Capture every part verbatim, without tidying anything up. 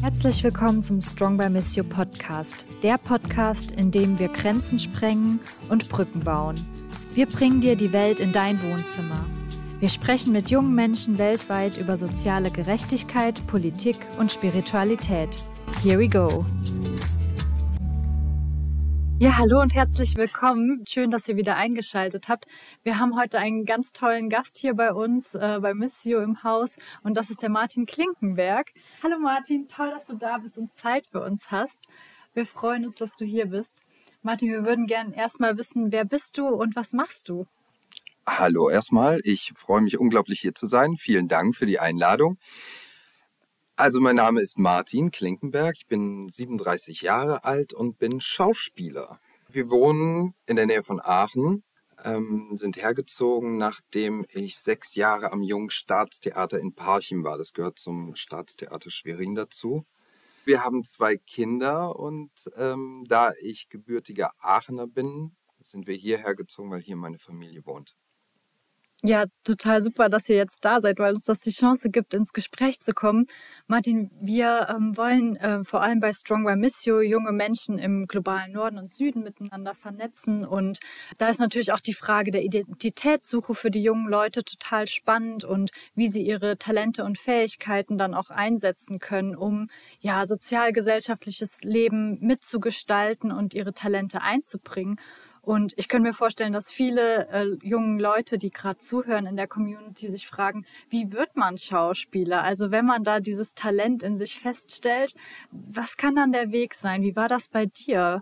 Herzlich willkommen zum Strong by Missio Podcast, der Podcast, in dem wir Grenzen sprengen und Brücken bauen. Wir bringen dir die Welt in dein Wohnzimmer. Wir sprechen mit jungen Menschen weltweit über soziale Gerechtigkeit, Politik und Spiritualität. Here we go! Ja, hallo und herzlich willkommen. Schön, dass ihr wieder eingeschaltet habt. Wir haben heute einen ganz tollen Gast hier bei uns, äh, bei Missio im Haus, und das ist der Martin Klinkenberg. Hallo Martin, toll, dass du da bist und Zeit für uns hast. Wir freuen uns, dass du hier bist. Martin, wir würden gerne erstmal wissen, wer bist du und was machst du? Hallo erstmal, ich freue mich unglaublich hier zu sein. Vielen Dank für die Einladung. Also mein Name ist Martin Klinkenberg, ich bin siebenunddreißig Jahre alt und bin Schauspieler. Wir wohnen in der Nähe von Aachen, ähm, sind hergezogen, nachdem ich sechs Jahre am Jungen Staatstheater in Parchim war. Das gehört zum Staatstheater Schwerin dazu. Wir haben zwei Kinder und ähm, da ich gebürtiger Aachener bin, sind wir hierher gezogen, weil hier meine Familie wohnt. Ja, total super, dass ihr jetzt da seid, weil uns das die Chance gibt, ins Gespräch zu kommen. Martin, wir ähm, wollen äh, vor allem bei Strong by Missio junge Menschen im globalen Norden und Süden miteinander vernetzen. Und da ist natürlich auch die Frage der Identitätssuche für die jungen Leute total spannend und wie sie ihre Talente und Fähigkeiten dann auch einsetzen können, um ja sozial-gesellschaftliches Leben mitzugestalten und ihre Talente einzubringen. Und ich könnte mir vorstellen, dass viele äh, jungen Leute, die gerade zuhören in der Community, sich fragen, wie wird man Schauspieler? Also wenn man da dieses Talent in sich feststellt, was kann dann der Weg sein? Wie war das bei dir?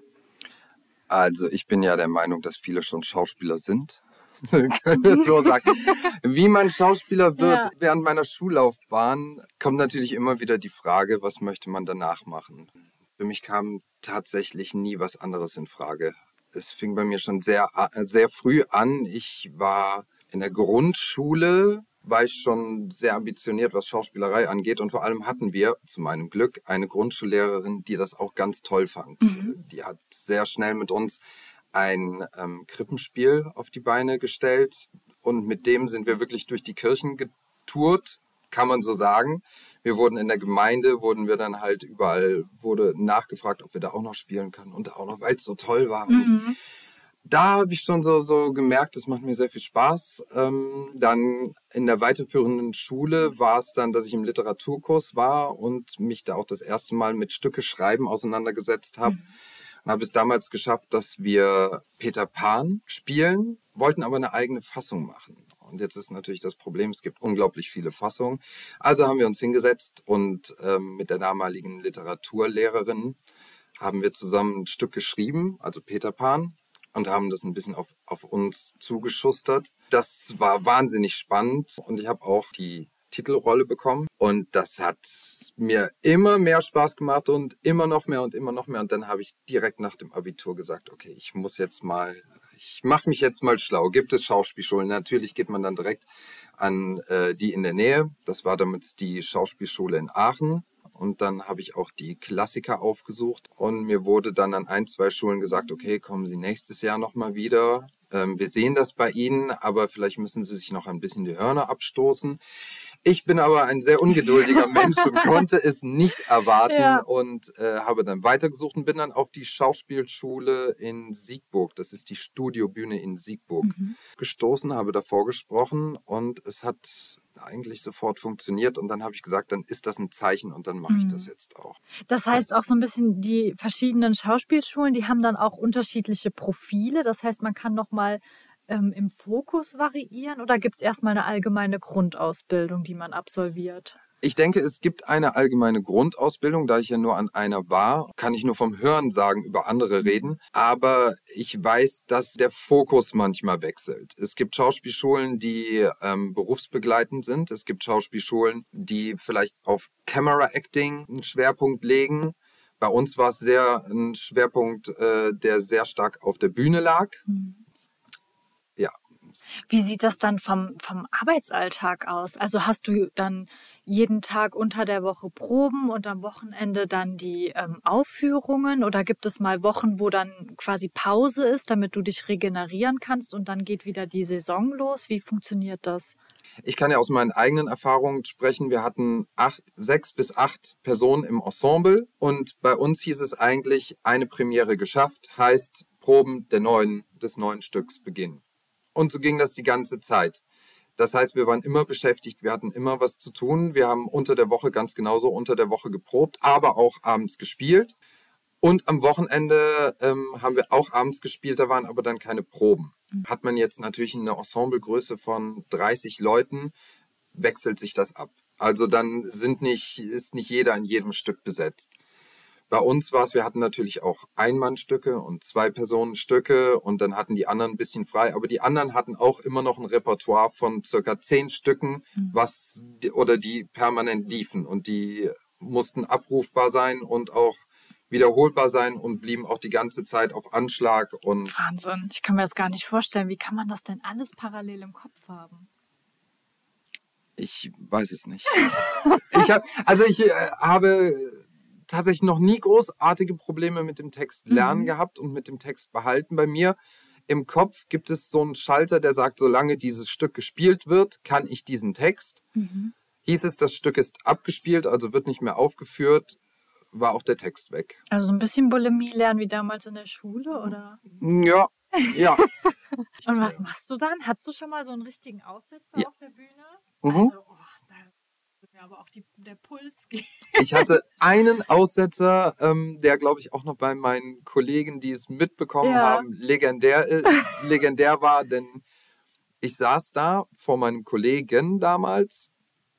Also ich bin ja der Meinung, dass viele schon Schauspieler sind. Können wir es so sagen. Wie man Schauspieler wird, ja. Während meiner Schullaufbahn kommt natürlich immer wieder die Frage, was möchte man danach machen? Für mich kam tatsächlich nie was anderes in Frage. Es fing bei mir schon sehr, sehr früh an. Ich war in der Grundschule, war ich schon sehr ambitioniert, was Schauspielerei angeht. Und vor allem hatten wir, zu meinem Glück, eine Grundschullehrerin, die das auch ganz toll fand. Mhm. Die hat sehr schnell mit uns ein ähm, Krippenspiel auf die Beine gestellt. Und mit dem sind wir wirklich durch die Kirchen getourt, kann man so sagen. Wir wurden in der Gemeinde, wurden wir dann halt überall, wurde nachgefragt, ob wir da auch noch spielen können und auch noch, weil es so toll war. Mhm. Und da habe ich schon so, so gemerkt, das macht mir sehr viel Spaß. Ähm, dann in der weiterführenden Schule war es dann, dass ich im Literaturkurs war und mich da auch das erste Mal mit Stücke schreiben auseinandergesetzt habe. Mhm. Und habe es damals geschafft, dass wir Peter Pan spielen, wollten aber eine eigene Fassung machen. Und jetzt ist natürlich das Problem, es gibt unglaublich viele Fassungen. Also haben wir uns hingesetzt und ähm, mit der damaligen Literaturlehrerin haben wir zusammen ein Stück geschrieben, also Peter Pan, und haben das ein bisschen auf, auf uns zugeschustert. Das war wahnsinnig spannend und ich habe auch die Titelrolle bekommen und das hat mir immer mehr Spaß gemacht und immer noch mehr und immer noch mehr. Und dann habe ich direkt nach dem Abitur gesagt, okay, ich muss jetzt mal... Ich mache mich jetzt mal schlau. Gibt es Schauspielschulen? Natürlich geht man dann direkt an äh, die in der Nähe. Das war damals die Schauspielschule in Aachen. Und dann habe ich auch die Klassiker aufgesucht. Und mir wurde dann an ein, zwei Schulen gesagt, okay, kommen Sie nächstes Jahr nochmal wieder. Ähm, wir sehen das bei Ihnen, aber vielleicht müssen Sie sich noch ein bisschen die Hörner abstoßen. Ich bin aber ein sehr ungeduldiger Mensch und konnte es nicht erwarten ja. und äh, habe dann weitergesucht und bin dann auf die Schauspielschule in Siegburg, das ist die Studiobühne in Siegburg, mhm. gestoßen, habe davor gesprochen und es hat eigentlich sofort funktioniert und dann habe ich gesagt, dann ist das ein Zeichen und dann mache ich das jetzt auch. Das heißt auch so ein bisschen, die verschiedenen Schauspielschulen, die haben dann auch unterschiedliche Profile, das heißt, man kann nochmal ähm, im Fokus variieren oder gibt es erstmal eine allgemeine Grundausbildung, die man absolviert? Ich denke, es gibt eine allgemeine Grundausbildung. Da ich ja nur an einer war, kann ich nur vom Hören sagen, über andere reden. Aber ich weiß, dass der Fokus manchmal wechselt. Es gibt Schauspielschulen, die ähm, berufsbegleitend sind. Es gibt Schauspielschulen, die vielleicht auf Camera Acting einen Schwerpunkt legen. Bei uns war es sehr ein Schwerpunkt, äh, der sehr stark auf der Bühne lag. Mhm. Ja. Wie sieht das dann vom, vom Arbeitsalltag aus? Also hast du dann jeden Tag unter der Woche Proben und am Wochenende dann die ähm, Aufführungen? Oder gibt es mal Wochen, wo dann quasi Pause ist, damit du dich regenerieren kannst und dann geht wieder die Saison los? Wie funktioniert das? Ich kann ja aus meinen eigenen Erfahrungen sprechen. Wir hatten acht, sechs bis acht Personen im Ensemble und bei uns hieß es eigentlich, eine Premiere geschafft, heißt Proben der neuen, des neuen Stücks beginnen. Und so ging das die ganze Zeit. Das heißt, wir waren immer beschäftigt, wir hatten immer was zu tun. Wir haben unter der Woche ganz genauso unter der Woche geprobt, aber auch abends gespielt. Und am Wochenende ähm, haben wir auch abends gespielt, da waren aber dann keine Proben. Mhm. Hat man jetzt natürlich eine Ensemblegröße von dreißig Leuten, wechselt sich das ab. Also dann sind nicht, ist nicht jeder in jedem Stück besetzt. Bei uns war es, wir hatten natürlich auch Einmannstücke und Zwei-Personen-Stücke und dann hatten die anderen ein bisschen frei, aber die anderen hatten auch immer noch ein Repertoire von circa zehn Stücken, mhm. was oder die permanent liefen und die mussten abrufbar sein und auch wiederholbar sein und blieben auch die ganze Zeit auf Anschlag. Und Wahnsinn, ich kann mir das gar nicht vorstellen. Wie kann man das denn alles parallel im Kopf haben? Ich weiß es nicht. ich hab, also ich äh, habe tatsächlich noch nie großartige Probleme mit dem Text lernen mhm. gehabt und mit dem Text behalten. Bei mir im Kopf gibt es so einen Schalter, der sagt, solange dieses Stück gespielt wird, kann ich diesen Text. Mhm. Hieß es, das Stück ist abgespielt, also wird nicht mehr aufgeführt, war auch der Text weg. Also so ein bisschen Bulimie lernen wie damals in der Schule, oder? Ja, ja. Und was machst du dann? Hattest du schon mal so einen richtigen Aussetzer ja. auf der Bühne? Mhm. Also, oh, da wird mir aber auch die, der Puls gehen. Ich hatte einen Aussetzer, ähm, der, glaube ich, auch noch bei meinen Kollegen, die es mitbekommen ja. haben, legendär, äh, legendär war, denn ich saß da vor meinem Kollegen damals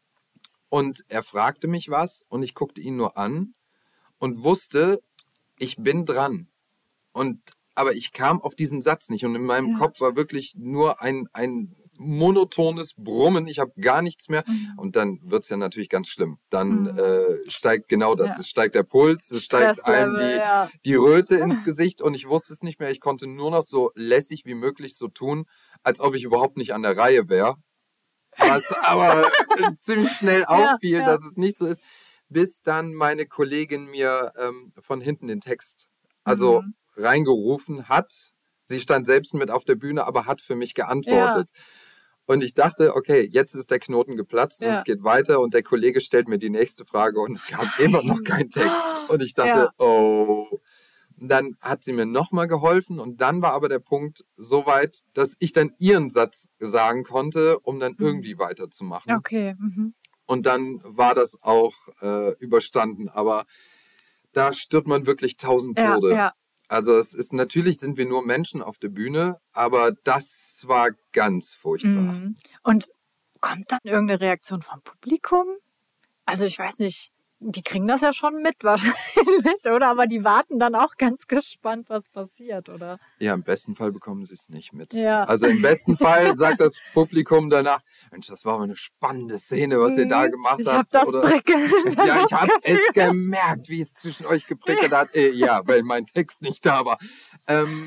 und er fragte mich was und ich guckte ihn nur an und wusste, ich bin dran. Und, aber ich kam auf diesen Satz nicht. Und in meinem ja. Kopf war wirklich nur ein, ein monotones Brummen. Ich habe gar nichts mehr. Mhm. Und dann wird es ja natürlich ganz schlimm. Dann mhm. äh, steigt genau das. Ja. Es steigt der Puls, es steigt einem die, ja. die Röte ins Gesicht. Und ich wusste es nicht mehr. Ich konnte nur noch so lässig wie möglich so tun, als ob ich überhaupt nicht an der Reihe wäre. Was aber ziemlich schnell auffiel, ja, ja. dass es nicht so ist. Bis dann meine Kollegin mir ähm, von hinten den Text also mhm. reingerufen hat. Sie stand selbst mit auf der Bühne, aber hat für mich geantwortet. Ja. Und ich dachte, okay, jetzt ist der Knoten geplatzt ja. und es geht weiter und der Kollege stellt mir die nächste Frage und es gab Nein. immer noch keinen Text. Und ich dachte, ja. oh. Und dann hat sie mir nochmal geholfen und dann war aber der Punkt so weit, dass ich dann ihren Satz sagen konnte, um dann mhm. irgendwie weiterzumachen. Okay, mhm. Und dann war das auch äh, überstanden. Aber da stirbt man wirklich tausend Tode. Ja, ja. Also es ist, natürlich sind wir nur Menschen auf der Bühne, aber das war ganz furchtbar. Mhm. Und kommt dann irgendeine Reaktion vom Publikum? Also ich weiß nicht, die kriegen das ja schon mit wahrscheinlich, oder? Aber die warten dann auch ganz gespannt, was passiert, oder? Ja, im besten Fall bekommen sie es nicht mit. Ja. Also im besten Fall sagt das Publikum danach, Mensch, das war aber eine spannende Szene, was ihr da gemacht ich habt. Ich habe das Prickeln. Ja, ich habe es gemerkt, wie es zwischen euch geprickelt hat. Äh, ja, weil mein Text nicht da war. Ähm,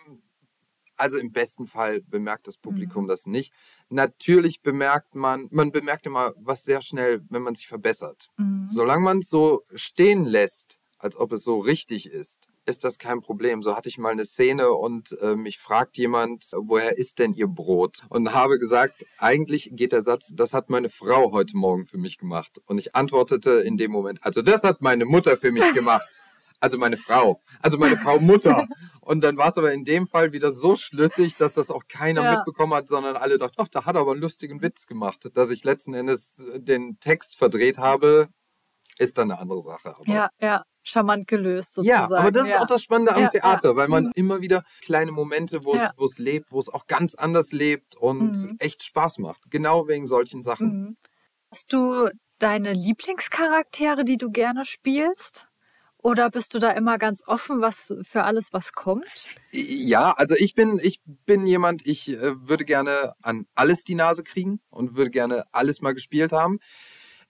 also im besten Fall bemerkt das Publikum mhm. das nicht. Natürlich bemerkt man, man bemerkt immer was sehr schnell, wenn man sich verbessert. Mhm. Solange man es so stehen lässt, als ob es so richtig ist, ist das kein Problem. So hatte ich mal eine Szene und äh, mich fragt jemand, woher ist denn Ihr Brot? Und habe gesagt, eigentlich geht der Satz, das hat meine Frau heute Morgen für mich gemacht. Und ich antwortete in dem Moment, also das hat meine Mutter für mich gemacht. Also meine Frau. Also meine Frau Mutter. Und dann war es aber in dem Fall wieder so schlüssig, dass das auch keiner ja. mitbekommen hat, sondern alle dachten, ach, da hat er aber einen lustigen Witz gemacht. Dass ich letzten Endes den Text verdreht habe, ist dann eine andere Sache. Aber ja, ja, charmant gelöst sozusagen. Ja, aber das ist ja. auch das Spannende am ja, Theater, ja. weil man mhm. immer wieder kleine Momente, wo es ja. wo es lebt, wo es auch ganz anders lebt und mhm. echt Spaß macht. Genau wegen solchen Sachen. Mhm. Hast du deine Lieblingscharaktere, die du gerne spielst? Oder bist du da immer ganz offen, was für alles, was kommt? Ja, also ich bin, ich bin jemand, ich äh, würde gerne an alles die Nase kriegen und würde gerne alles mal gespielt haben.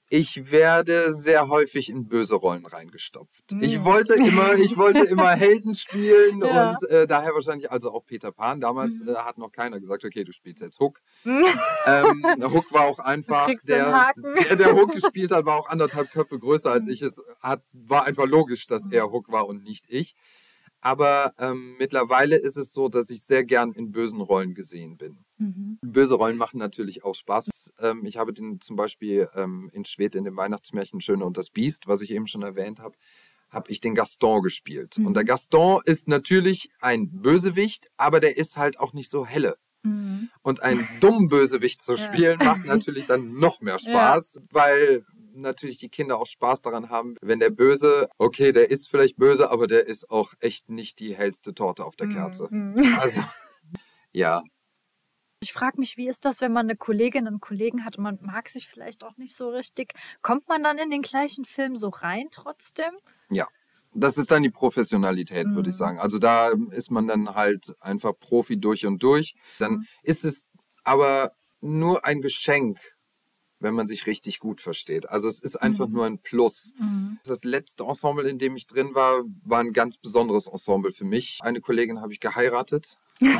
Ich werde sehr häufig in böse Rollen reingestopft. Mm. Ich wollte immer, ich wollte immer Helden spielen ja. und äh, daher wahrscheinlich also auch Peter Pan. Damals mm. äh, hat noch keiner gesagt, okay, du spielst jetzt Hook. ähm, Hook war auch einfach, der, der, der Hook gespielt hat, war auch anderthalb Köpfe größer als ich. Es hat, war einfach logisch, dass mm. er Hook war und nicht ich. Aber ähm, mittlerweile ist es so, dass ich sehr gern in bösen Rollen gesehen bin. Mhm. Böse Rollen machen natürlich auch Spaß. Ähm, ich habe den zum Beispiel ähm, in Schwedt in dem Weihnachtsmärchen Schöne und das Biest, was ich eben schon erwähnt habe, habe ich den Gaston gespielt. Mhm. Und der Gaston ist natürlich ein Bösewicht, aber der ist halt auch nicht so helle. Mhm. Und einen dummen Bösewicht zu spielen, ja. macht natürlich dann noch mehr Spaß, ja. weil natürlich die Kinder auch Spaß daran haben, wenn der Böse, okay, der ist vielleicht böse, aber der ist auch echt nicht die hellste Torte auf der Kerze. Mm. Also, ja. Ich frage mich, wie ist das, wenn man eine Kollegin, einen Kollegen hat und man mag sich vielleicht auch nicht so richtig? Kommt man dann in den gleichen Film so rein trotzdem? Ja, das ist dann die Professionalität, mm. würde ich sagen. Also da ist man dann halt einfach Profi durch und durch. Dann mm. ist es aber nur ein Geschenk, wenn man sich richtig gut versteht. Also es ist einfach mhm. nur ein Plus. Mhm. Das letzte Ensemble, in dem ich drin war, war ein ganz besonderes Ensemble für mich. Eine Kollegin habe ich geheiratet.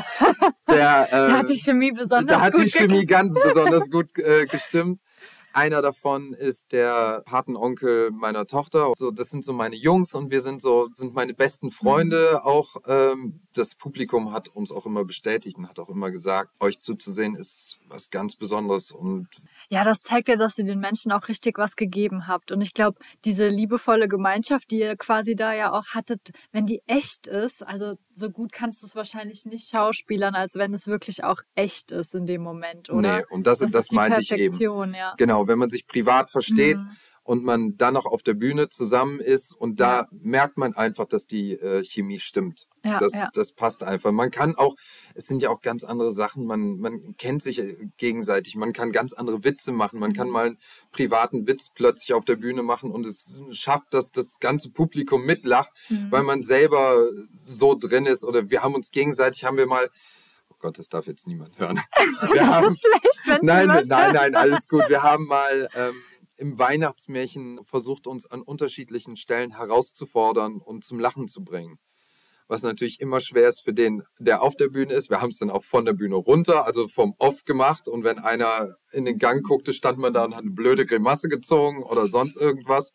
Der, äh, da hat die Chemie besonders da hat gut die Chemie ganz besonders gut äh, gestimmt. Einer davon ist der Patenonkel meiner Tochter. So, das sind so meine Jungs und wir sind so sind meine besten Freunde. Mhm. Auch ähm, das Publikum hat uns auch immer bestätigt und hat auch immer gesagt, euch zuzusehen ist was ganz Besonderes. Und ja, das zeigt ja, dass ihr den Menschen auch richtig was gegeben habt. Und ich glaube, diese liebevolle Gemeinschaft, die ihr quasi da ja auch hattet, wenn die echt ist, also so gut kannst du es wahrscheinlich nicht schauspielern, als wenn es wirklich auch echt ist in dem Moment, oder? Nee, und das, das, das meinte ich eben. Ja. Genau, wenn man sich privat versteht mhm. und man dann noch auf der Bühne zusammen ist und da ja. merkt man einfach, dass die äh, Chemie stimmt. Ja, das, ja. das passt einfach. Man kann auch, es sind ja auch ganz andere Sachen, man, man kennt sich gegenseitig, man kann ganz andere Witze machen, man mhm. kann mal einen privaten Witz plötzlich auf der Bühne machen und es schafft, dass das ganze Publikum mitlacht, mhm. weil man selber so drin ist oder wir haben uns gegenseitig, haben wir mal, oh Gott, das darf jetzt niemand hören. Wir das haben, ist schlecht, wenn nein, niemand nein, nein, alles gut. Wir haben mal ähm, im Weihnachtsmärchen versucht, uns an unterschiedlichen Stellen herauszufordern und zum Lachen zu bringen. Was natürlich immer schwer ist für den, der auf der Bühne ist. Wir haben es dann auch von der Bühne runter, also vom Off gemacht. Und wenn einer in den Gang guckte, stand man da und hat eine blöde Grimasse gezogen oder sonst irgendwas.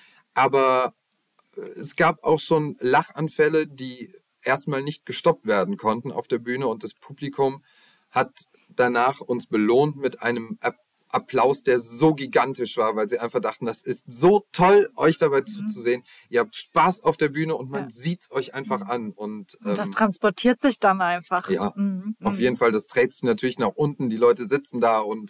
Aber es gab auch schon Lachanfälle, die erstmal nicht gestoppt werden konnten auf der Bühne. Und das Publikum hat danach uns belohnt mit einem Applaus, der so gigantisch war, weil sie einfach dachten, das ist so toll, euch dabei mhm. zuzusehen. Ihr habt Spaß auf der Bühne und man ja. sieht es euch einfach mhm. an. Und, ähm, und das transportiert sich dann einfach. Ja, mhm. auf jeden Fall. Das trägt sich natürlich nach unten. Die Leute sitzen da und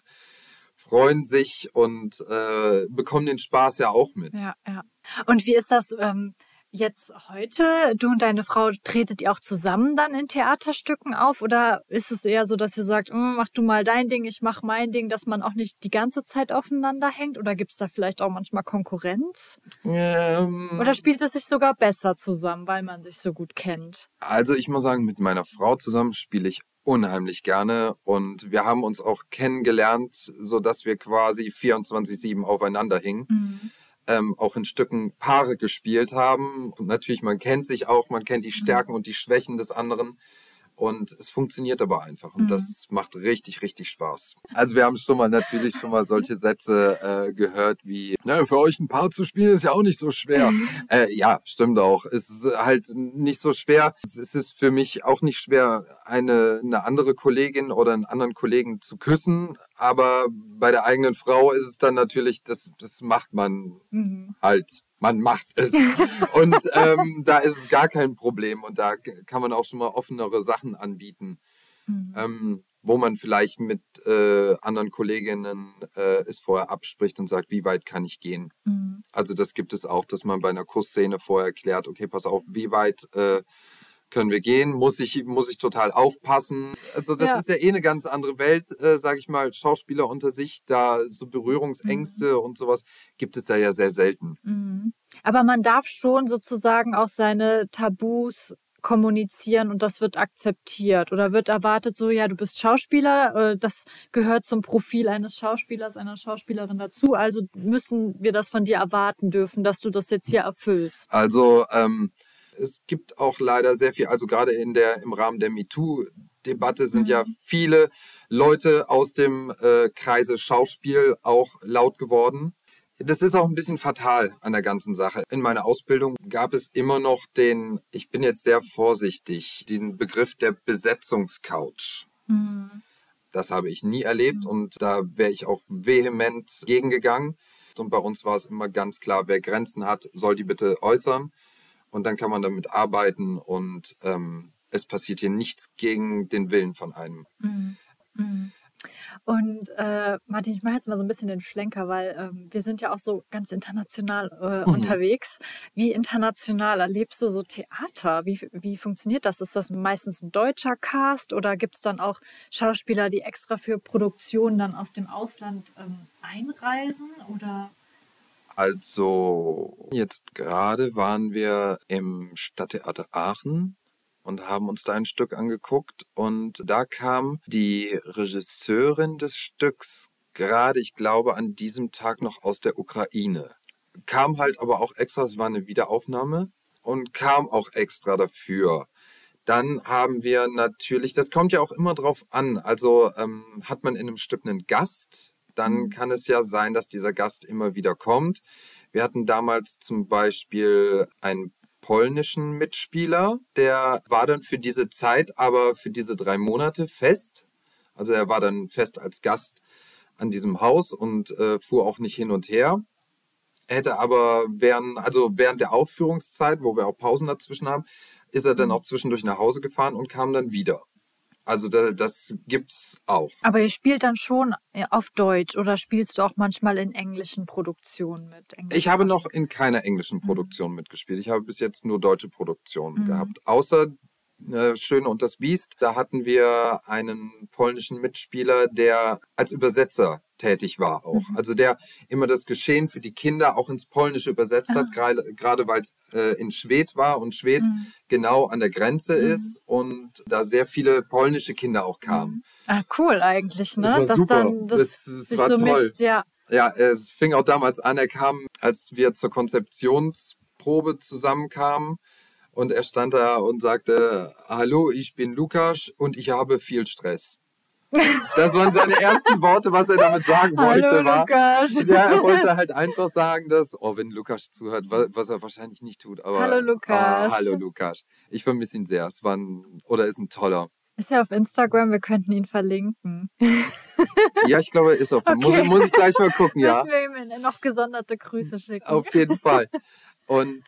freuen sich und äh, bekommen den Spaß ja auch mit. Ja, ja. Und wie ist das ähm, jetzt heute? Du und deine Frau, tretet ihr auch zusammen dann in Theaterstücken auf? Oder ist es eher so, dass ihr sagt, mach du mal dein Ding, ich mach mein Ding, dass man auch nicht die ganze Zeit aufeinander hängt? Oder gibt es da vielleicht auch manchmal Konkurrenz? Ähm, Oder spielt es sich sogar besser zusammen, weil man sich so gut kennt? Also ich muss sagen, mit meiner Frau zusammen spiele ich unheimlich gerne und wir haben uns auch kennengelernt, sodass wir quasi vierundzwanzig sieben aufeinander hingen. Mhm. Ähm, auch in Stücken Paare gespielt haben. Und natürlich, man kennt sich auch, man kennt die Stärken mhm. und die Schwächen des anderen. Und es funktioniert aber einfach. Und mhm. das macht richtig, richtig Spaß. Also wir haben schon mal natürlich schon mal solche Sätze äh, gehört wie, na, für euch ein Paar zu spielen ist ja auch nicht so schwer. äh, ja, stimmt auch. Es ist halt nicht so schwer. Es ist für mich auch nicht schwer, eine, eine andere Kollegin oder einen anderen Kollegen zu küssen. Aber bei der eigenen Frau ist es dann natürlich, das, das macht man mhm. halt. Man macht es. Und ähm, da ist es gar kein Problem. Und da kann man auch schon mal offenere Sachen anbieten, mhm. ähm, wo man vielleicht mit äh, anderen Kolleginnen äh, es vorher abspricht und sagt, wie weit kann ich gehen. Mhm. Also das gibt es auch, dass man bei einer Kussszene vorher klärt, okay, pass auf, wie weit äh, können wir gehen? Muss ich, muss ich total aufpassen? Also das ja. ist ja eh eine ganz andere Welt, äh, sage ich mal, Schauspieler unter sich, da so Berührungsängste mhm. und sowas gibt es da ja sehr selten. Mhm. Aber man darf schon sozusagen auch seine Tabus kommunizieren und das wird akzeptiert? Oder wird erwartet so, ja, du bist Schauspieler, das gehört zum Profil eines Schauspielers, einer Schauspielerin dazu, also müssen wir das von dir erwarten dürfen, dass du das jetzt hier erfüllst? Also ähm, es gibt auch leider sehr viel, also gerade in der, im Rahmen der MeToo-Debatte sind mhm. ja viele Leute aus dem äh, Kreise Schauspiel auch laut geworden. Das ist auch ein bisschen fatal an der ganzen Sache. In meiner Ausbildung gab es immer noch den, ich bin jetzt sehr vorsichtig, den Begriff der Besetzungscouch. Mhm. Das habe ich nie erlebt mhm. und da wäre ich auch vehement gegengegangen. Und bei uns war es immer ganz klar, wer Grenzen hat, soll die bitte äußern. Und dann kann man damit arbeiten und ähm, es passiert hier nichts gegen den Willen von einem. Mhm. Mhm. Und äh, Martin, ich mache jetzt mal so ein bisschen den Schlenker, weil ähm, wir sind ja auch so ganz international äh, mhm. unterwegs. Wie international erlebst du so Theater? Wie, wie funktioniert das? Ist das meistens ein deutscher Cast oder gibt es dann auch Schauspieler, die extra für Produktionen dann aus dem Ausland ähm, einreisen? Oder? Also jetzt gerade waren wir im Stadttheater Aachen und haben uns da ein Stück angeguckt und da kam die Regisseurin des Stücks gerade, ich glaube, an diesem Tag noch aus der Ukraine. Kam halt aber auch extra, es war eine Wiederaufnahme und kam auch extra dafür. Dann haben wir natürlich, das kommt ja auch immer drauf an, also ähm, hat man in einem Stück einen Gast, dann mhm. kann es ja sein, dass dieser Gast immer wieder kommt. Wir hatten damals zum Beispiel einen polnischen Mitspieler, der war dann für diese Zeit, aber für diese drei Monate fest. Also er war dann fest als Gast an diesem Haus und äh, fuhr auch nicht hin und her. Er hätte aber während, also während der Aufführungszeit, wo wir auch Pausen dazwischen haben, ist er dann auch zwischendurch nach Hause gefahren und kam dann wieder. Also da, das gibt's auch. Aber ihr spielt dann schon auf Deutsch oder spielst du auch manchmal in englischen Produktionen mit? Englisch ich habe noch in keiner englischen Produktion mhm. mitgespielt. Ich habe bis jetzt nur deutsche Produktionen mhm. gehabt. Außer äh, Schöne und das Biest, da hatten wir einen polnischen Mitspieler, der als Übersetzer tätig war auch. Mhm. Also der immer das Geschehen für die Kinder auch ins Polnische übersetzt ah. hat, gerade, gerade weil es äh, in Schwed war und Schwed mhm. genau an der Grenze mhm. ist und da sehr viele polnische Kinder auch kamen. Mhm. Ah, cool eigentlich, ne? Das war Dass super. Dann das, das, das sich war so toll. Mischt, ja. Ja, es fing auch damals an, er kam, als wir zur Konzeptionsprobe zusammenkamen und er stand da und sagte, hallo, ich bin Lukas und ich habe viel Stress. Das waren seine ersten Worte, was er damit sagen wollte. Hallo, war, Lukas. Ja, er wollte halt einfach sagen, dass, oh, wenn Lukas zuhört, was er wahrscheinlich nicht tut, aber hallo, Lukas. Oh, hallo, Lukas. Ich vermisse ihn sehr. Es war ein, oder ist ein toller. Ist er auf Instagram? Wir könnten ihn verlinken. Ja, ich glaube, er ist auf. Okay. Muss, muss ich gleich mal gucken, ja. Müssen wir ihm noch gesonderte Grüße schicken. Auf jeden Fall. Und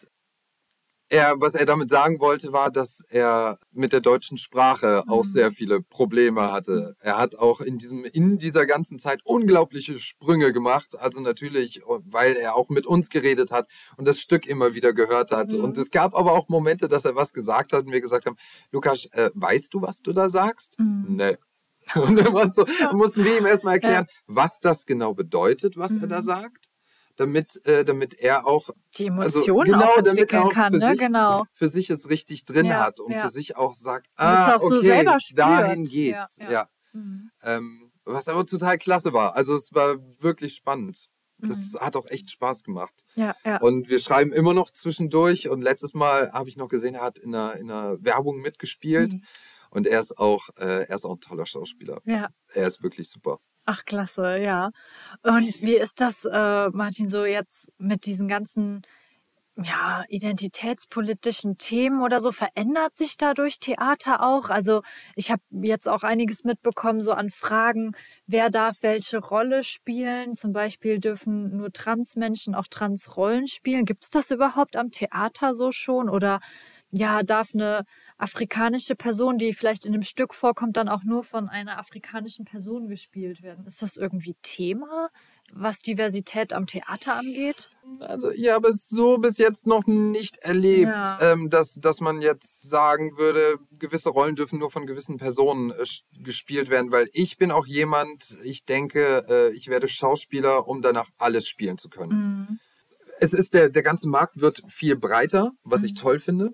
er, was er damit sagen wollte, war, dass er mit der deutschen Sprache auch mhm. sehr viele Probleme hatte. Er hat auch in, diesem, in dieser ganzen Zeit unglaubliche Sprünge gemacht. Also natürlich, weil er auch mit uns geredet hat und das Stück immer wieder gehört hat. Mhm. Und es gab aber auch Momente, dass er was gesagt hat und wir gesagt haben, Lukas, äh, weißt du, was du da sagst? Mhm. Nee. Und dann, war so, dann mussten wir ihm erstmal erklären, ja. was das genau bedeutet, was mhm. er da sagt. Damit, äh, damit er auch die Emotionen also, genau, auch damit er auch kann, für, ne? sich, genau. für sich es richtig drin ja, hat und ja. für sich auch sagt, ah, auch okay, so selber dahin geht's. Ja, ja. Ja. Mhm. Ähm, was aber total klasse war. Also es war wirklich spannend. Das mhm. hat auch echt Spaß gemacht. Ja, ja. Und wir schreiben immer noch zwischendurch. Und letztes Mal habe ich noch gesehen, er hat in einer, in einer Werbung mitgespielt. Mhm. Und er ist auch, äh, er ist auch ein toller Schauspieler. Ja. Er ist wirklich super. Ach, klasse, ja. Und wie ist das, äh, Martin, so jetzt mit diesen ganzen ja, identitätspolitischen Themen oder so? Verändert sich dadurch Theater auch? Also ich habe jetzt auch einiges mitbekommen, so an Fragen, wer darf welche Rolle spielen? Zum Beispiel dürfen nur Transmenschen auch Transrollen spielen. Gibt es das überhaupt am Theater so schon? Oder ja, darf eine afrikanische Person, die vielleicht in einem Stück vorkommt, dann auch nur von einer afrikanischen Person gespielt werden? Ist das irgendwie Thema, was Diversität am Theater angeht? Also ich habe es so bis jetzt noch nicht erlebt, ja. ähm, dass, dass man jetzt sagen würde, gewisse Rollen dürfen nur von gewissen Personen äh, gespielt werden, weil ich bin auch jemand, ich denke, äh, ich werde Schauspieler, um danach alles spielen zu können. Mhm. Es ist der, der ganze Markt wird viel breiter, was mhm. ich toll finde.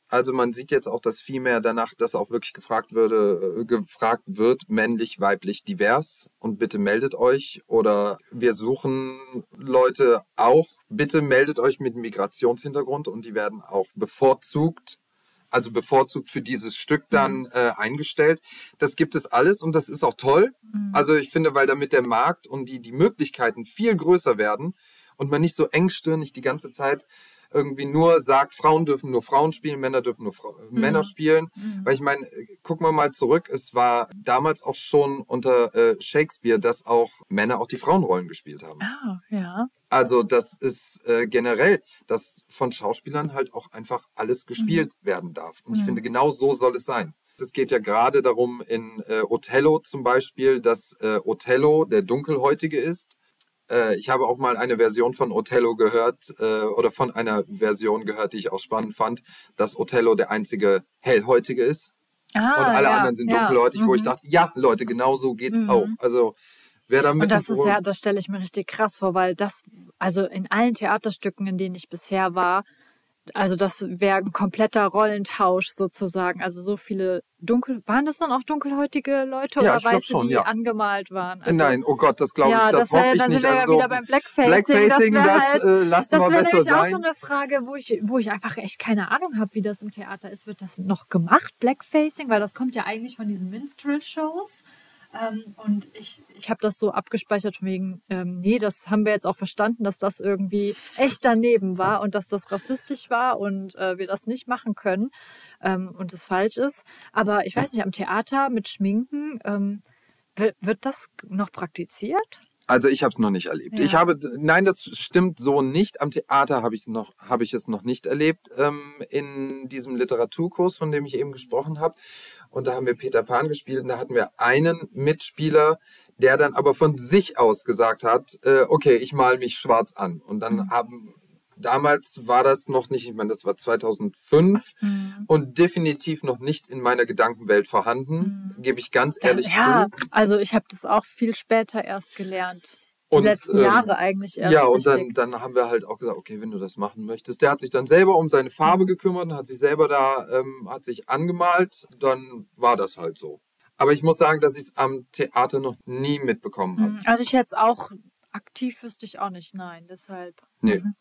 Also man sieht jetzt auch, dass viel mehr danach, dass auch wirklich gefragt würde, äh, gefragt wird, männlich, weiblich, divers und bitte meldet euch oder wir suchen Leute auch, bitte meldet euch mit Migrationshintergrund und die werden auch bevorzugt, also bevorzugt für dieses Stück dann mhm. äh, eingestellt. Das gibt es alles und das ist auch toll. Mhm. Also ich finde, weil damit der Markt und die, die Möglichkeiten viel größer werden und man nicht so engstirnig die ganze Zeit irgendwie nur sagt, Frauen dürfen nur Frauen spielen, Männer dürfen nur Fra- mhm. Männer spielen. Mhm. Weil ich meine, gucken wir mal zurück, es war damals auch schon unter äh, Shakespeare, dass auch Männer auch die Frauenrollen gespielt haben. Ah, ja. Also das ist äh, generell, dass von Schauspielern halt auch einfach alles gespielt mhm. werden darf. Und mhm. ich finde, genau so soll es sein. Es geht ja gerade darum in äh, Othello zum Beispiel, dass äh, Othello der Dunkelhäutige ist. Ich habe auch mal eine Version von Othello gehört äh, oder von einer Version gehört, die ich auch spannend fand, dass Othello der einzige Hellhäutige ist ah, und alle ja, anderen sind ja. dunkelhäutig, mhm. wo ich dachte, ja Leute, genau so geht's mhm. auch. Also wer da mit und das ist ja, das stelle ich mir richtig krass vor, weil das, also in allen Theaterstücken, in denen ich bisher war, also das wäre ein kompletter Rollentausch sozusagen. Also so viele dunkel... Waren das dann auch dunkelhäutige Leute ja, oder Weiße, schon, die ja. angemalt waren? Also, Nein, oh Gott, das glaube ja, ich, das, das wär, hoffe ich da nicht. sind wir also ja wieder beim Blackfacing. Blackfacing, das das, halt, äh, lassen das wir besser nämlich sein. auch so eine Frage, wo ich, wo ich einfach echt keine Ahnung habe, wie das im Theater ist. Wird das noch gemacht, Blackfacing? Weil das kommt ja eigentlich von diesen Minstrel-Shows. Ähm, und ich, ich habe das so abgespeichert von wegen, ähm, nee, das haben wir jetzt auch verstanden, dass das irgendwie echt daneben war und dass das rassistisch war und äh, wir das nicht machen können ähm, und es falsch ist. Aber ich weiß nicht, am Theater mit Schminken, ähm, wird, wird das noch praktiziert? Also ich habe es noch nicht erlebt. Ja. Ich habe, nein, das stimmt so nicht. Am Theater habe ich es noch, habe ich es noch nicht erlebt ähm, in diesem Literaturkurs, von dem ich eben gesprochen habe. Und da haben wir Peter Pan gespielt und da hatten wir einen Mitspieler, der dann aber von sich aus gesagt hat, äh, okay, ich male mich schwarz an. Und dann mhm. haben, damals war das noch nicht, ich meine, das war zweitausendfünf mhm. und definitiv noch nicht in meiner Gedankenwelt vorhanden, mhm. gebe ich ganz ehrlich das, ja, zu. Also ich habe das auch viel später erst gelernt. Die und, letzten ähm, Jahre eigentlich erst. Ja, und richtig. dann, dann haben wir halt auch gesagt, okay, wenn du das machen möchtest. Der hat sich dann selber um seine Farbe gekümmert und hat sich selber da, ähm, hat sich angemalt. Dann war das halt so. Aber ich muss sagen, dass ich es am Theater noch nie mitbekommen habe. Also ich jetzt auch aktiv wüsste ich auch nicht, nein, deshalb. Nee. Mhm.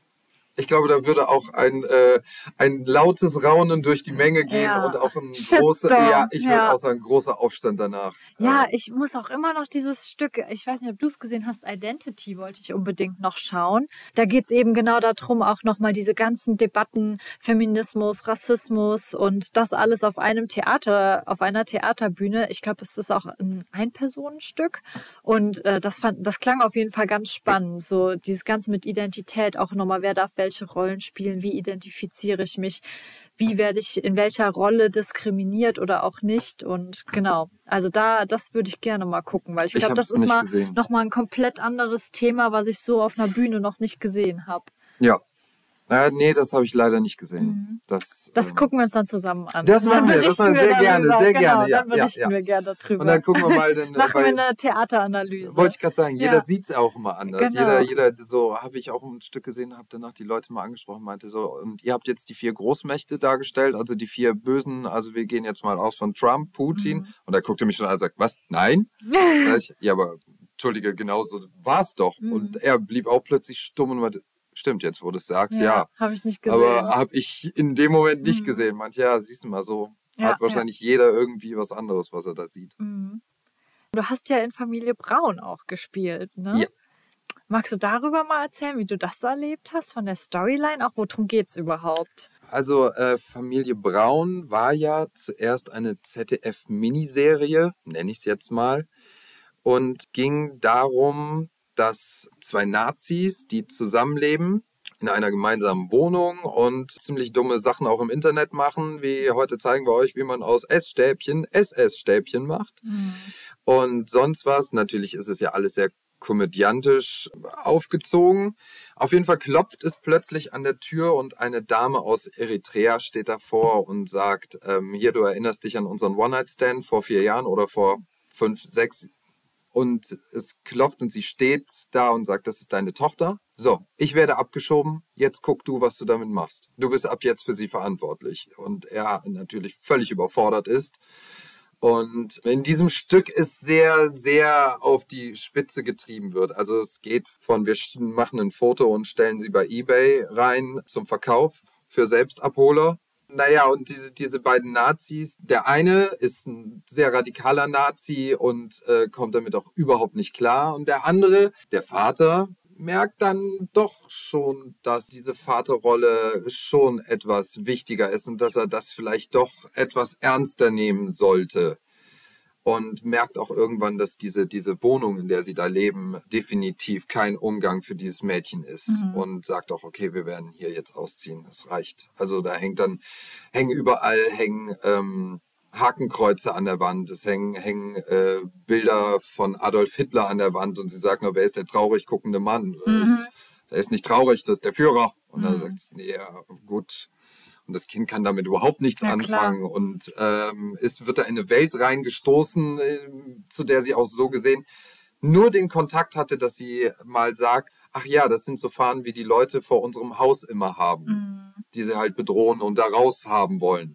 Ich glaube, da würde auch ein, äh, ein lautes Raunen durch die Menge gehen ja. und auch ein großer, ja, ich würde ja. auch sagen, ein großer Aufstand danach. Ja, äh, ich muss auch immer noch dieses Stück, ich weiß nicht, ob du es gesehen hast, Identity wollte ich unbedingt noch schauen. Da geht es eben genau darum, auch nochmal diese ganzen Debatten, Feminismus, Rassismus und das alles auf einem Theater, auf einer Theaterbühne. Ich glaube, es ist auch ein Ein-Personen-Stück und äh, das, fand, das klang auf jeden Fall ganz spannend. So dieses Ganze mit Identität, auch nochmal, wer darf welche Rollen spielen, wie identifiziere ich mich, wie werde ich in welcher Rolle diskriminiert oder auch nicht und genau, also da, das würde ich gerne mal gucken, weil ich glaube, das ist mal nochmal ein komplett anderes Thema, was ich so auf einer Bühne noch nicht gesehen habe. Ja. Äh, nee, das habe ich leider nicht gesehen. Mhm. Das, das ähm, gucken wir uns dann zusammen an. Das machen wir, das machen wir sehr gerne, sehr genau, gerne. Ja, dann berichten ja, ja. wir gerne darüber. Und dann gucken wir mal. Den, machen wir eine Theateranalyse. Wollte ich gerade sagen, jeder ja. sieht es auch immer anders. Genau. Jeder, jeder, so habe ich auch ein Stück gesehen, habe danach die Leute mal angesprochen, meinte so, und ihr habt jetzt die vier Großmächte dargestellt, also die vier Bösen, also wir gehen jetzt mal aus von Trump, Putin. Mhm. Und er guckte mich schon an und sagt, was? Nein? ich, ja, aber Entschuldige, genau so war es doch. Mhm. Und er blieb auch plötzlich stumm und meinte, stimmt, jetzt wo du es sagst, ja. ja. Habe ich nicht gesehen. Aber habe ich in dem Moment nicht mhm. gesehen. Manche, ja, siehst du mal so, ja, hat wahrscheinlich ja. jeder irgendwie was anderes, was er da sieht. Mhm. Du hast ja in Familie Braun auch gespielt, ne? Ja. Magst du darüber mal erzählen, wie du das erlebt hast, von der Storyline? Auch worum geht es überhaupt? Also äh, Familie Braun war ja zuerst eine Z D F-Miniserie, nenne ich es jetzt mal, und ging darum, dass zwei Nazis, die zusammenleben in einer gemeinsamen Wohnung und ziemlich dumme Sachen auch im Internet machen, wie heute zeigen wir euch, wie man aus Essstäbchen S S-Stäbchen macht. Mhm. Und sonst was. Natürlich ist es ja alles sehr komödiantisch aufgezogen. Auf jeden Fall klopft es plötzlich an der Tür und eine Dame aus Eritrea steht davor und sagt, ähm, hier, du erinnerst dich an unseren One-Night-Stand vor vier Jahren oder vor fünf, sechs Jahren. Und es klopft und sie steht da und sagt, das ist deine Tochter. so, ich werde abgeschoben, jetzt guck du, was du damit machst. Du bist ab jetzt für sie verantwortlich. Und er natürlich völlig überfordert ist. Und in diesem Stück ist sehr, sehr auf die Spitze getrieben wird. Also es geht von, wir machen ein Foto und stellen sie bei eBay rein zum Verkauf für Selbstabholer. Naja, und diese, diese beiden Nazis, der eine ist ein sehr radikaler Nazi und äh, kommt damit auch überhaupt nicht klar. Und der andere, der Vater, merkt dann doch schon, dass diese Vaterrolle schon etwas wichtiger ist und dass er das vielleicht doch etwas ernster nehmen sollte. Und merkt auch irgendwann, dass diese, diese Wohnung, in der sie da leben, definitiv kein Umgang für dieses Mädchen ist. Mhm. Und sagt auch, okay, wir werden hier jetzt ausziehen, das reicht. Also da hängt dann, hängen überall, hängen ähm, Hakenkreuze an der Wand, es hängen, hängen äh, Bilder von Adolf Hitler an der Wand und sie sagen, wer ist der traurig guckende Mann? Mhm. Das, der ist nicht traurig, das ist der Führer. Und mhm. dann sagt sie, nee, ja, gut. Und das Kind kann damit überhaupt nichts ja, anfangen klar. Und ähm, es wird da in eine Welt reingestoßen, äh, zu der sie auch so gesehen nur den Kontakt hatte, dass sie mal sagt, ach ja, das sind so Fahnen, wie die Leute vor unserem Haus immer haben, mhm. die sie halt bedrohen und da raus haben wollen.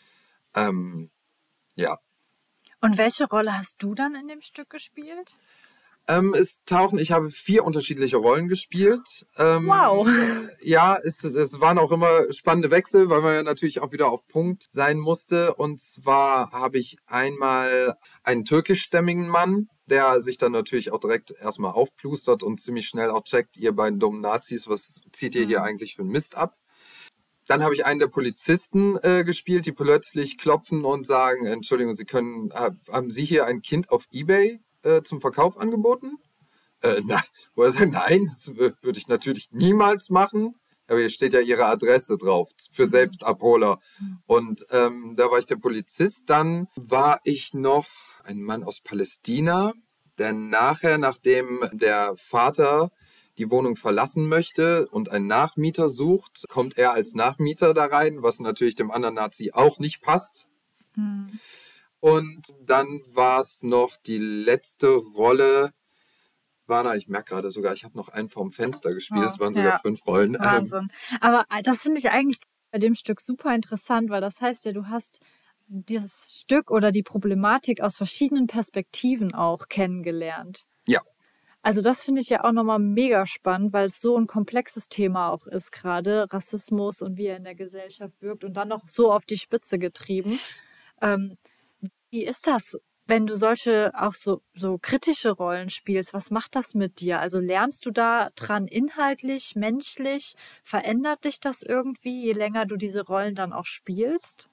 Ähm, Ja. Und welche Rolle hast du dann in dem Stück gespielt? Ähm, es tauchen, ich habe vier unterschiedliche Rollen gespielt. Ähm, wow. Ja, es, es waren auch immer spannende Wechsel, weil man ja natürlich auch wieder auf Punkt sein musste. Und zwar habe ich einmal einen türkischstämmigen Mann, der sich dann natürlich auch direkt erstmal aufplustert und ziemlich schnell auch checkt, ihr beiden dummen Nazis, was zieht ihr hier eigentlich für einen Mist ab? Dann habe ich einen der Polizisten äh, gespielt, die plötzlich klopfen und sagen, Entschuldigung, Sie können, haben Sie hier ein Kind auf eBay äh, zum Verkauf angeboten? Äh, na, wo er sagt, nein, das würde ich natürlich niemals machen. Aber hier steht ja Ihre Adresse drauf für Selbstabholer. Und ähm, da war ich der Polizist. Dann war ich noch ein Mann aus Palästina, der nachher, nachdem der Vater die Wohnung verlassen möchte und einen Nachmieter sucht, kommt er als Nachmieter da rein, was natürlich dem anderen Nazi auch nicht passt. Mhm. Und dann war es noch die letzte Rolle, war da, ich merke gerade sogar, ich habe noch einen vorm Fenster gespielt, es oh, waren sogar ja. fünf Rollen. Wahnsinn. Aber das finde ich eigentlich bei dem Stück super interessant, weil das heißt ja, du hast dieses Stück oder die Problematik aus verschiedenen Perspektiven auch kennengelernt. Ja. Also das finde ich ja auch nochmal mega spannend, weil es so ein komplexes Thema auch ist gerade, Rassismus und wie er in der Gesellschaft wirkt und dann noch so auf die Spitze getrieben. Ähm, wie ist das, wenn du solche auch so, so kritische Rollen spielst? Was macht das mit dir? Also lernst du da dran inhaltlich, menschlich? Verändert dich das irgendwie, je länger du diese Rollen dann auch spielst?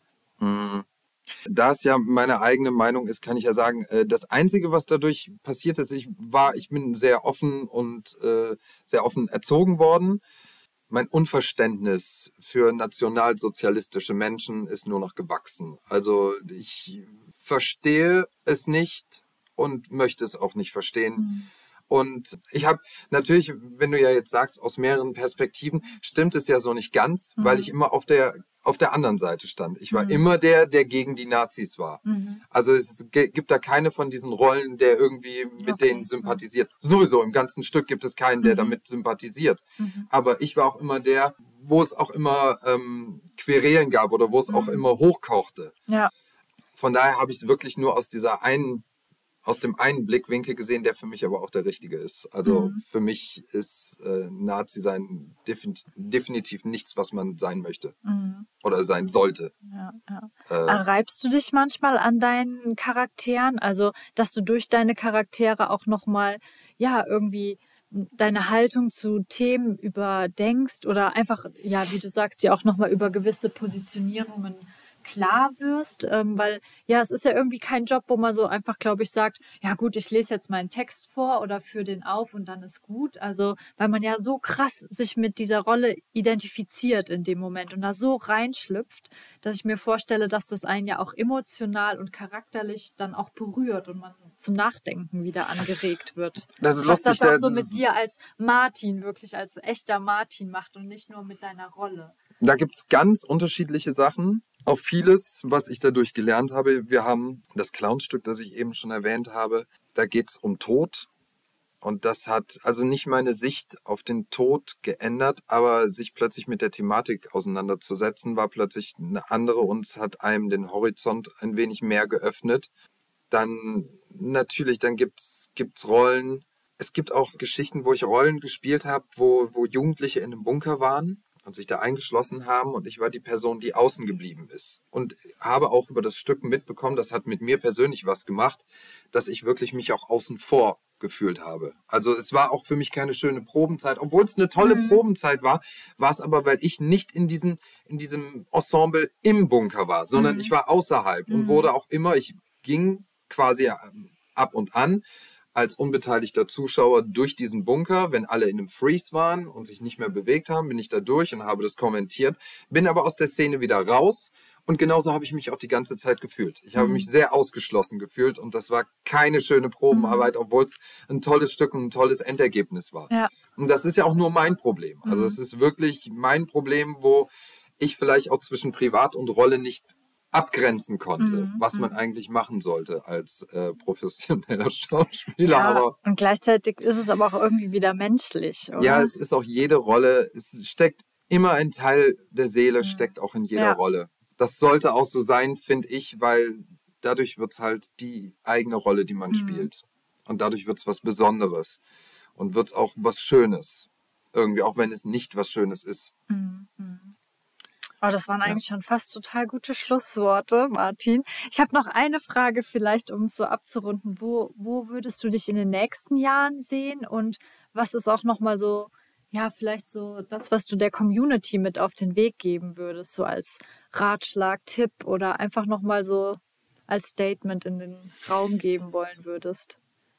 Mhm. Da es ja meine eigene Meinung ist, kann ich ja sagen, das Einzige, was dadurch passiert ist, ich war, ich bin sehr offen und äh, sehr offen erzogen worden. Mein Unverständnis für nationalsozialistische Menschen ist nur noch gewachsen. Also ich verstehe es nicht und möchte es auch nicht verstehen. Mhm. Und ich habe natürlich, wenn du ja jetzt sagst, aus mehreren Perspektiven, stimmt es ja so nicht ganz, mhm. weil ich immer auf der auf der anderen Seite stand. Ich war mhm. immer der, der gegen die Nazis war. Mhm. Also es gibt da keine von diesen Rollen, der irgendwie mit okay. denen sympathisiert. Mhm. Sowieso im ganzen Stück gibt es keinen, der mhm. damit sympathisiert. Mhm. Aber ich war auch immer der, wo es auch immer ähm, Querelen gab oder wo es mhm. auch immer hochkochte. Ja. Von daher habe ich es wirklich nur aus dieser einen aus dem einen Blickwinkel gesehen, der für mich aber auch der richtige ist. Also mhm. für mich ist äh, Nazi sein defin- definitiv nichts, was man sein möchte mhm. oder sein sollte. Ja, ja. Äh, Reibst du dich manchmal an deinen Charakteren? Also, dass du durch deine Charaktere auch nochmal, ja, irgendwie deine Haltung zu Themen überdenkst oder einfach, ja, wie du sagst, dir auch nochmal über gewisse Positionierungen klar wirst, ähm, weil ja, es ist ja irgendwie kein Job, wo man so einfach, glaube ich, sagt, ja gut, ich lese jetzt meinen Text vor oder führe den auf und dann ist gut. Also, weil man ja so krass sich mit dieser Rolle identifiziert in dem Moment und da so reinschlüpft, dass ich mir vorstelle, dass das einen ja auch emotional und charakterlich dann auch berührt und man zum Nachdenken wieder angeregt wird. Das ist was lustig, das auch so mit dir als Martin, wirklich als echter Martin macht und nicht nur mit deiner Rolle. Da gibt es ganz unterschiedliche Sachen. Auch vieles, was ich dadurch gelernt habe. Wir haben das Clownstück, das ich eben schon erwähnt habe. Da geht es um Tod. Und das hat also nicht meine Sicht auf den Tod geändert, aber sich plötzlich mit der Thematik auseinanderzusetzen, war plötzlich eine andere und es hat einem den Horizont ein wenig mehr geöffnet. Dann natürlich, dann gibt's gibt's Rollen. Es gibt auch Geschichten, wo ich Rollen gespielt habe, wo, wo Jugendliche in einem Bunker waren und sich da eingeschlossen haben und ich war die Person, die außen geblieben ist. Und habe auch über das Stück mitbekommen, das hat mit mir persönlich was gemacht, dass ich wirklich mich auch außen vor gefühlt habe. Also es war auch für mich keine schöne Probenzeit. Obwohl es eine tolle mhm. Probenzeit war, war es aber, weil ich nicht in, diesen, in diesem Ensemble im Bunker war, sondern mhm. ich war außerhalb mhm. und wurde auch immer, ich ging quasi ab und an als unbeteiligter Zuschauer durch diesen Bunker. Wenn alle in einem Freeze waren und sich nicht mehr bewegt haben, bin ich da durch und habe das kommentiert, bin aber aus der Szene wieder raus. Und genauso habe ich mich auch die ganze Zeit gefühlt. Ich habe mhm. mich sehr ausgeschlossen gefühlt und das war keine schöne Probenarbeit, obwohl es ein tolles Stück und ein tolles Endergebnis war. Ja. Und das ist ja auch nur mein Problem. Also mhm. es ist wirklich mein Problem, wo ich vielleicht auch zwischen Privat und Rolle nicht abgrenzen konnte, mhm. was man eigentlich machen sollte als äh, professioneller Schauspieler. Ja, aber und gleichzeitig ist es aber auch irgendwie wieder menschlich, oder? Ja, es ist auch jede Rolle, es steckt immer ein Teil der Seele, mhm. steckt auch in jeder ja. Rolle. Das sollte auch so sein, finde ich, weil dadurch wird es halt die eigene Rolle, die man mhm. spielt. Und dadurch wird es was Besonderes und wird es auch was Schönes. Irgendwie, auch wenn es nicht was Schönes ist. Mhm. Oh, das waren eigentlich ja. schon fast total gute Schlussworte, Martin. Ich habe noch eine Frage vielleicht, um es so abzurunden. Wo, wo würdest du dich in den nächsten Jahren sehen? Und was ist auch nochmal so, ja, vielleicht so das, was du der Community mit auf den Weg geben würdest, so als Ratschlag, Tipp oder einfach nochmal so als Statement in den Raum geben wollen würdest?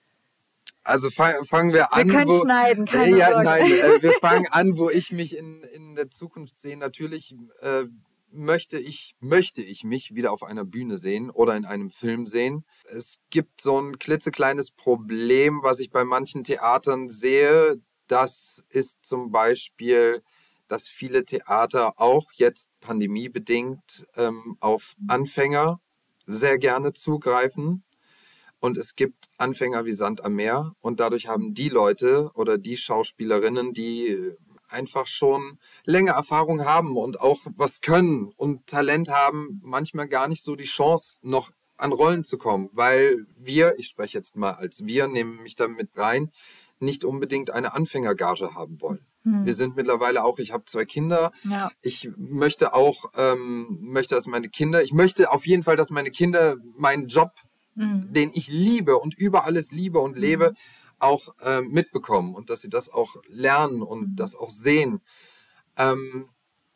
Also fang, fangen wir an. Wir können wo, schneiden, keine ja, Sorge. Nein, äh, wir fangen an, wo ich mich in, in der Zukunft sehe. Natürlich äh, möchte ich, möchte ich mich wieder auf einer Bühne sehen oder in einem Film sehen. Es gibt so ein klitzekleines Problem, was ich bei manchen Theatern sehe. Das ist zum Beispiel, dass viele Theater auch jetzt pandemiebedingt ähm, auf Anfänger sehr gerne zugreifen. Und es gibt Anfänger wie Sand am Meer und dadurch haben die Leute oder die Schauspielerinnen, die einfach schon länger Erfahrung haben und auch was können und Talent haben, manchmal gar nicht so die Chance, noch an Rollen zu kommen, weil wir, ich spreche jetzt mal als wir, nehme mich da mit rein, nicht unbedingt eine Anfängergage haben wollen. Hm. Wir sind mittlerweile auch, ich habe zwei Kinder, ja. ich möchte auch, ähm, möchte, dass meine Kinder, ich möchte auf jeden Fall, dass meine Kinder meinen Job, Mhm. den ich liebe und über alles liebe und lebe, mhm. auch äh, mitbekommen und dass sie das auch lernen und mhm. das auch sehen. Ähm,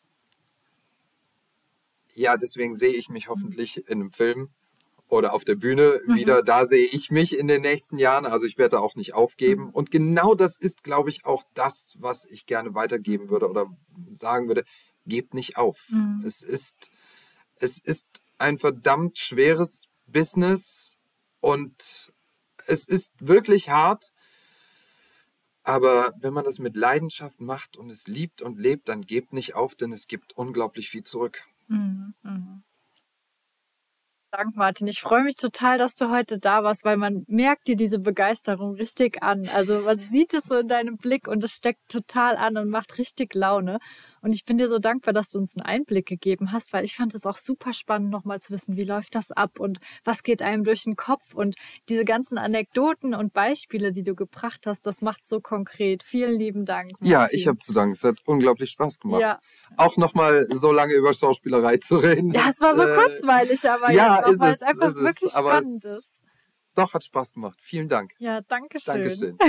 ja, deswegen sehe ich mich hoffentlich in einem Film oder auf der Bühne mhm. wieder. Da sehe ich mich in den nächsten Jahren. Also ich werde da auch nicht aufgeben. Mhm. Und genau das ist, glaube ich, auch das, was ich gerne weitergeben würde oder sagen würde. Gebt nicht auf. Mhm. Es ist, es ist ein verdammt schweres Business und es ist wirklich hart, aber wenn man das mit Leidenschaft macht und es liebt und lebt, dann gebt nicht auf, denn es gibt unglaublich viel zurück. Mhm. Mhm. Danke, Martin. Ich freue mich total, dass du heute da warst, weil man merkt dir diese Begeisterung richtig an. Also man sieht es so in deinem Blick und es steckt total an und macht richtig Laune. Und ich bin dir so dankbar, dass du uns einen Einblick gegeben hast, weil ich fand es auch super spannend, nochmal zu wissen, wie läuft das ab und was geht einem durch den Kopf. Und diese ganzen Anekdoten und Beispiele, die du gebracht hast, das macht so konkret. Vielen lieben Dank, Martin. Ja, ich habe zu danken. Es hat unglaublich Spaß gemacht. Ja. Auch nochmal so lange über Schauspielerei zu reden. Ja, es war so äh, kurzweilig, aber ja, jetzt auch, weil es, es einfach ist wirklich es, aber spannend es, ist. Doch, hat Spaß gemacht. Vielen Dank. Ja, danke schön. Dankeschön.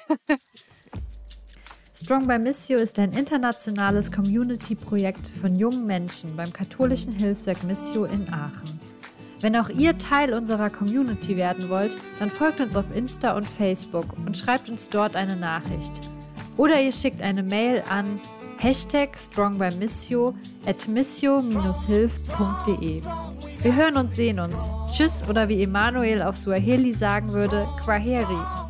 Strong by Missio ist ein internationales Community-Projekt von jungen Menschen beim katholischen Hilfswerk Missio in Aachen. Wenn auch ihr Teil unserer Community werden wollt, dann folgt uns auf Insta und Facebook und schreibt uns dort eine Nachricht. Oder ihr schickt eine Mail an Hashtag strongbymissio at missio dash hilf punkt de. Wir hören und sehen uns. Tschüss oder wie Emanuel auf Swahili sagen würde, Kwaheri.